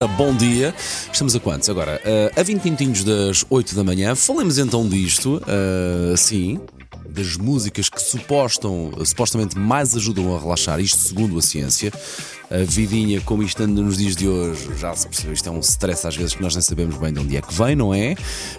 Bom dia. Estamos a quantos agora? A 20 minutinhos das 8 da manhã. Falemos então disto, sim, das músicas que supostamente mais ajudam a relaxar, isto segundo a ciência. A vidinha, como isto anda nos dias de hoje, já se percebeu, isto é um stress às vezes que nós nem sabemos bem de onde é que vem, não é?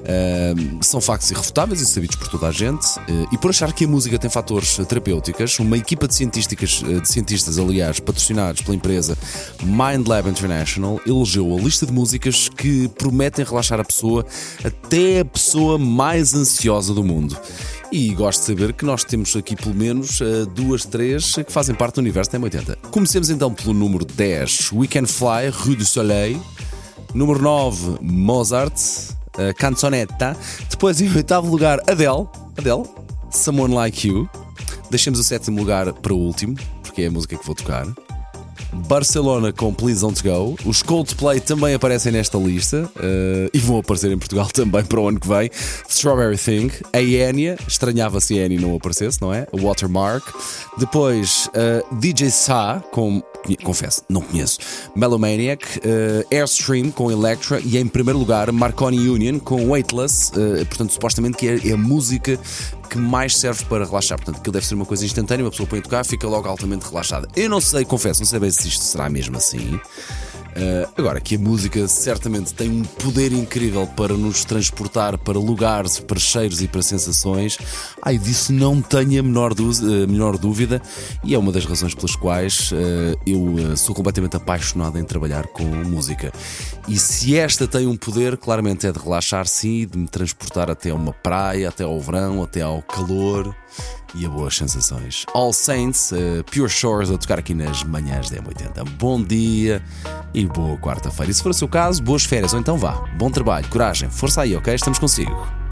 São factos irrefutáveis e sabidos por toda a gente. E por achar que a música tem fatores terapêuticos, uma equipa de cientistas, aliás, patrocinados pela empresa Mind Lab International, elegeu a lista de músicas que prometem relaxar a pessoa, até a pessoa mais ansiosa do mundo. E gosto de saber que nós temos aqui pelo menos 2, 3 que fazem parte do universo da M80. Comecemos então pelo número 10, We Can Fly, Rue du Soleil. Número 9, Mozart, Canzonetta. Depois em 8º lugar, Adele, Someone Like You. Deixemos o 7º lugar para o último, porque é a música que vou tocar. Barcelona com Please Don't Go. Os Coldplay também aparecem nesta lista e vão aparecer em Portugal também para o ano que vem. Strawberry Thing. A Enya, estranhava-se a Enya não aparecesse, não é? Watermark. Depois DJ Sa com, confesso, não conheço, Melomaniac. Airstream com Electra. E em primeiro lugar Marconi Union com Weightless. Portanto, supostamente que é a música que mais serve para relaxar. Portanto, aquilo deve ser uma coisa instantânea, uma pessoa põe a tocar, fica logo altamente relaxada. Eu não sei, confesso, não sei bem se isto será mesmo assim. Agora, que a música certamente tem um poder incrível para nos transportar para lugares, para cheiros e para sensações. Disso não tenho a menor dúvida, e é uma das razões pelas quais eu sou completamente apaixonado em trabalhar com música. E se esta tem um poder, claramente é de relaxar, sim, de me transportar até uma praia, até ao verão, até ao calor e a boas sensações. All Saints, Pure Shores, a tocar aqui nas manhãs da M80. Bom dia e boa quarta-feira. E se for o seu caso, boas férias, ou então vá, bom trabalho, coragem, força aí, ok? Estamos consigo.